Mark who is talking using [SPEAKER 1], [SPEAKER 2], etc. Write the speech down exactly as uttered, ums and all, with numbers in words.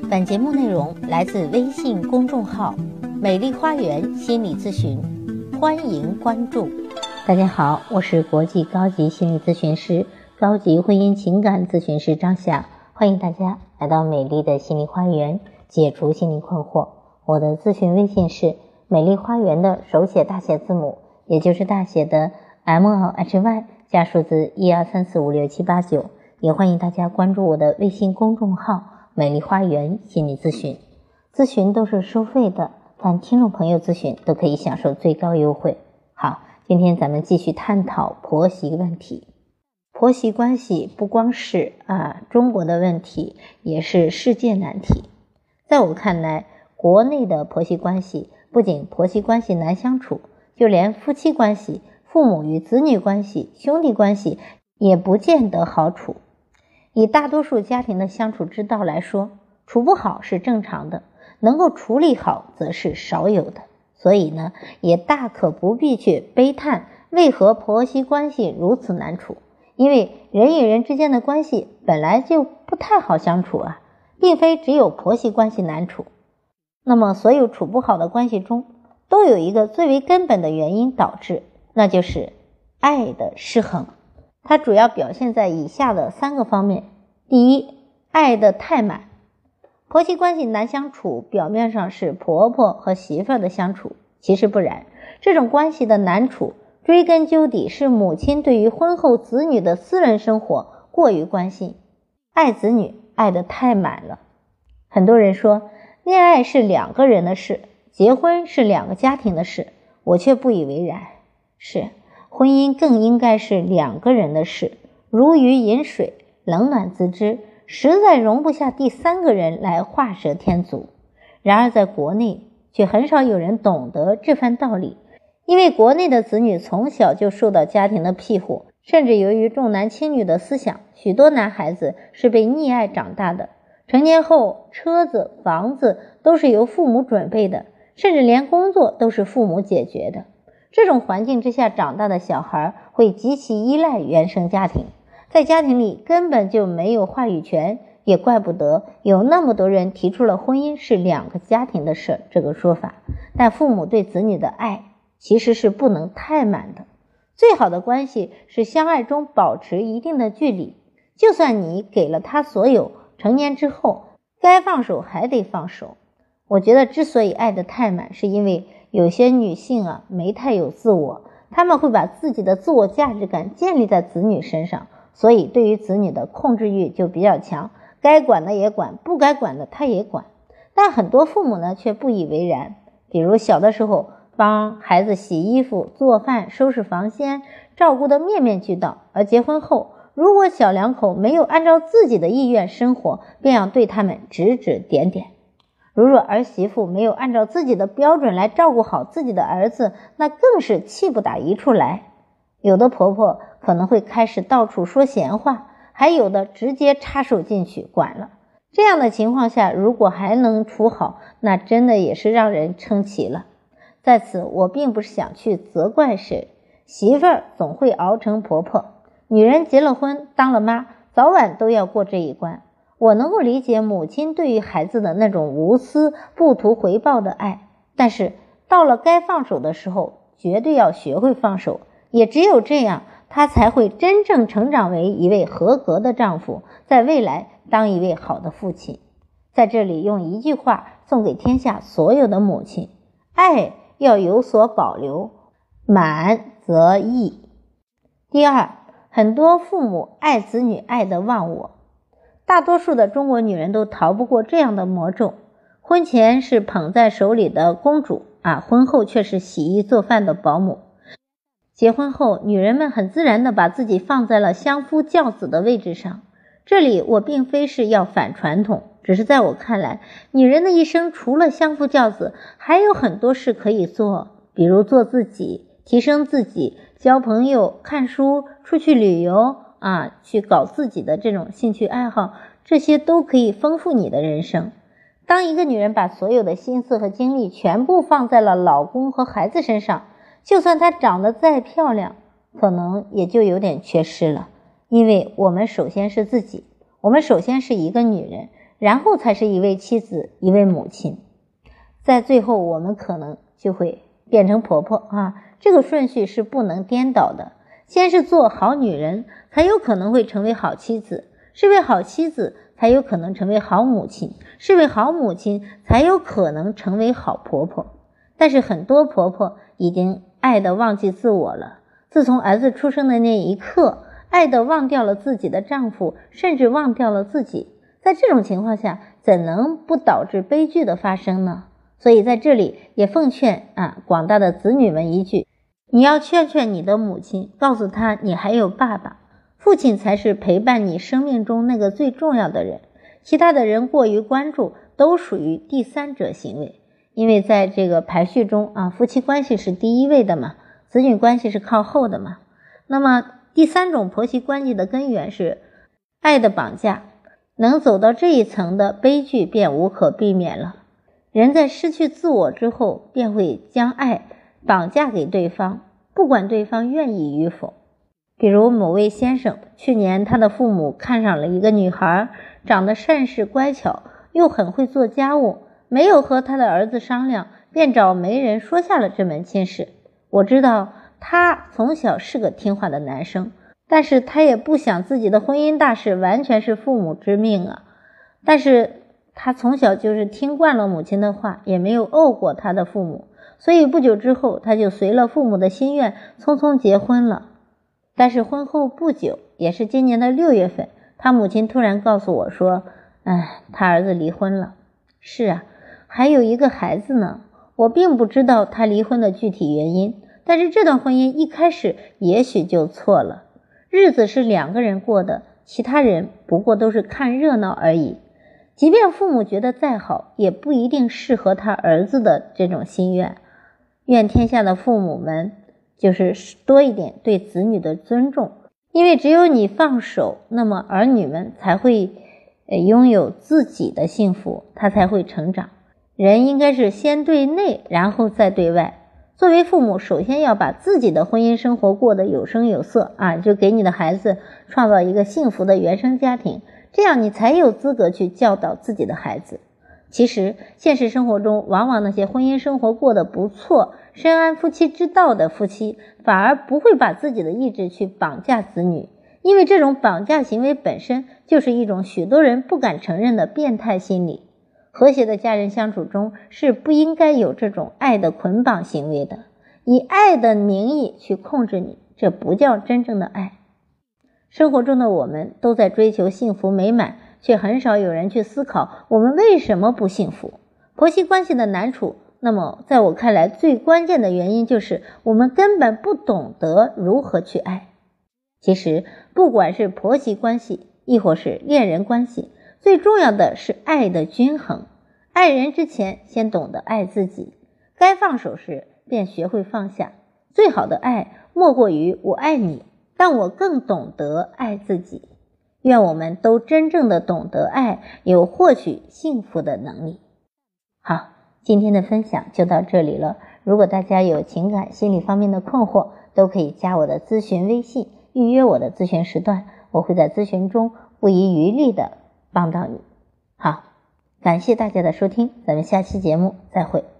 [SPEAKER 1] 本节目内容来自微信公众号美丽花园心理咨询，欢迎关注。大家好，我是国际高级心理咨询师、高级婚姻情感咨询师张霞，欢迎大家来到美丽的心理花园，解除心理困惑。我的咨询微信是美丽花园的手写大写字母，也就是大写的 M L H Y 加数字一二三四五六七八九，也欢迎大家关注我的微信公众号美丽花园心理咨询。咨询都是收费的，但听众朋友咨询都可以享受最高优惠。好，今天咱们继续探讨婆媳问题。婆媳关系不光是啊中国的问题，也是世界难题。在我看来，国内的婆媳关系不仅婆媳关系难相处，就连夫妻关系、父母与子女关系、兄弟关系也不见得好处。以大多数家庭的相处之道来说，处不好是正常的，能够处理好则是少有的。所以呢，也大可不必去悲叹为何婆媳关系如此难处，因为人与人之间的关系本来就不太好相处啊，并非只有婆媳关系难处。那么所有处不好的关系中，都有一个最为根本的原因导致，那就是爱的失衡。它主要表现在以下的三个方面。第一，爱的太满。婆媳关系难相处，表面上是婆婆和媳妇的相处，其实不然。这种关系的难处，追根究底是母亲对于婚后子女的私人生活过于关心，爱子女爱得太满了。很多人说，恋爱是两个人的事，结婚是两个家庭的事，我却不以为然。是，婚姻更应该是两个人的事，如鱼饮水，冷暖自知，实在容不下第三个人来画蛇添足。然而在国内却很少有人懂得这番道理，因为国内的子女从小就受到家庭的庇护，甚至由于重男轻女的思想，许多男孩子是被溺爱长大的。成年后，车子、房子都是由父母准备的，甚至连工作都是父母解决的。这种环境之下长大的小孩会极其依赖原生家庭，在家庭里根本就没有话语权，也怪不得有那么多人提出了婚姻是两个家庭的事这个说法。但父母对子女的爱其实是不能太满的，最好的关系是相爱中保持一定的距离，就算你给了他所有，成年之后该放手还得放手。我觉得之所以爱得太满，是因为有些女性啊没太有自我，她们会把自己的自我价值感建立在子女身上，所以对于子女的控制欲就比较强，该管的也管，不该管的他也管。但很多父母呢却不以为然，比如小的时候帮孩子洗衣服、做饭、收拾房间，照顾得面面俱到，而结婚后如果小两口没有按照自己的意愿生活，便要对他们指指点点。如若儿媳妇没有按照自己的标准来照顾好自己的儿子，那更是气不打一处来。有的婆婆可能会开始到处说闲话，还有的直接插手进去管了。这样的情况下，如果还能处好，那真的也是让人称奇了。在此我并不是想去责怪谁，媳妇儿总会熬成婆婆，女人结了婚当了妈，早晚都要过这一关。我能够理解母亲对于孩子的那种无私不图回报的爱，但是到了该放手的时候，绝对要学会放手，也只有这样，他才会真正成长为一位合格的丈夫，在未来当一位好的父亲。在这里用一句话送给天下所有的母亲，爱要有所保留，满则溢。第二，很多父母爱子女爱得忘我。大多数的中国女人都逃不过这样的魔咒，婚前是捧在手里的公主啊，婚后却是洗衣做饭的保姆。结婚后，女人们很自然地把自己放在了相夫教子的位置上。这里我并非是要反传统，只是在我看来，女人的一生除了相夫教子，还有很多事可以做，比如做自己，提升自己，交朋友，看书，出去旅游啊，去搞自己的这种兴趣爱好，这些都可以丰富你的人生。当一个女人把所有的心思和精力全部放在了老公和孩子身上，就算她长得再漂亮，可能也就有点缺失了。因为我们首先是自己，我们首先是一个女人， 然后才是一位妻子，一位母亲。在最后我们可能就会变成婆婆啊，这个顺序是不能颠倒的。先是做好女人，才有可能会成为好妻子，是位好妻子，才有可能成为好母亲，是位好母亲，才有可能成为好婆婆。但是很多婆婆已经爱得忘记自我了，自从儿子出生的那一刻，爱得忘掉了自己的丈夫，甚至忘掉了自己。在这种情况下，怎能不导致悲剧的发生呢？所以在这里也奉劝啊广大的子女们一句，你要劝劝你的母亲，告诉她你还有爸爸，父亲才是陪伴你生命中那个最重要的人，其他的人过于关注都属于第三者行为。因为在这个排序中啊，夫妻关系是第一位的嘛，子女关系是靠后的嘛。那么第三种婆媳关系的根源是爱的绑架，能走到这一层的悲剧便无可避免了。人在失去自我之后，便会将爱绑架给对方，不管对方愿意与否。比如某位先生，去年他的父母看上了一个女孩，长得善事乖巧，又很会做家务，没有和他的儿子商量，便找媒人说下了这门亲事。我知道他从小是个听话的男生，但是他也不想自己的婚姻大事完全是父母之命啊。但是他从小就是听惯了母亲的话，也没有怄过他的父母，所以不久之后他就随了父母的心愿，匆匆结婚了。但是婚后不久，也是今年的六月份，他母亲突然告诉我说，哎，他儿子离婚了。是啊，还有一个孩子呢。我并不知道他离婚的具体原因，但是这段婚姻一开始也许就错了。日子是两个人过的，其他人不过都是看热闹而已。即便父母觉得再好，也不一定适合他儿子的这种心愿。愿天下的父母们就是多一点对子女的尊重，因为只有你放手，那么儿女们才会拥有自己的幸福，他才会成长。人应该是先对内，然后再对外。作为父母，首先要把自己的婚姻生活过得有声有色啊，就给你的孩子创造一个幸福的原生家庭，这样你才有资格去教导自己的孩子。其实现实生活中，往往那些婚姻生活过得不错，深谙夫妻之道的夫妻，反而不会把自己的意志去绑架子女，因为这种绑架行为本身就是一种许多人不敢承认的变态心理。和谐的家人相处中是不应该有这种爱的捆绑行为的，以爱的名义去控制你，这不叫真正的爱。生活中的我们都在追求幸福美满，却很少有人去思考我们为什么不幸福。婆媳关系的难处，那么在我看来最关键的原因就是我们根本不懂得如何去爱。其实不管是婆媳关系亦或是恋人关系，最重要的是爱的均衡。爱人之前先懂得爱自己，该放手时便学会放下。最好的爱莫过于我爱你，但我更懂得爱自己。愿我们都真正的懂得爱，有获取幸福的能力。好，今天的分享就到这里了。如果大家有情感心理方面的困惑，都可以加我的咨询微信，预约我的咨询时段，我会在咨询中不遗余力的帮到你。好，感谢大家的收听，咱们下期节目再会。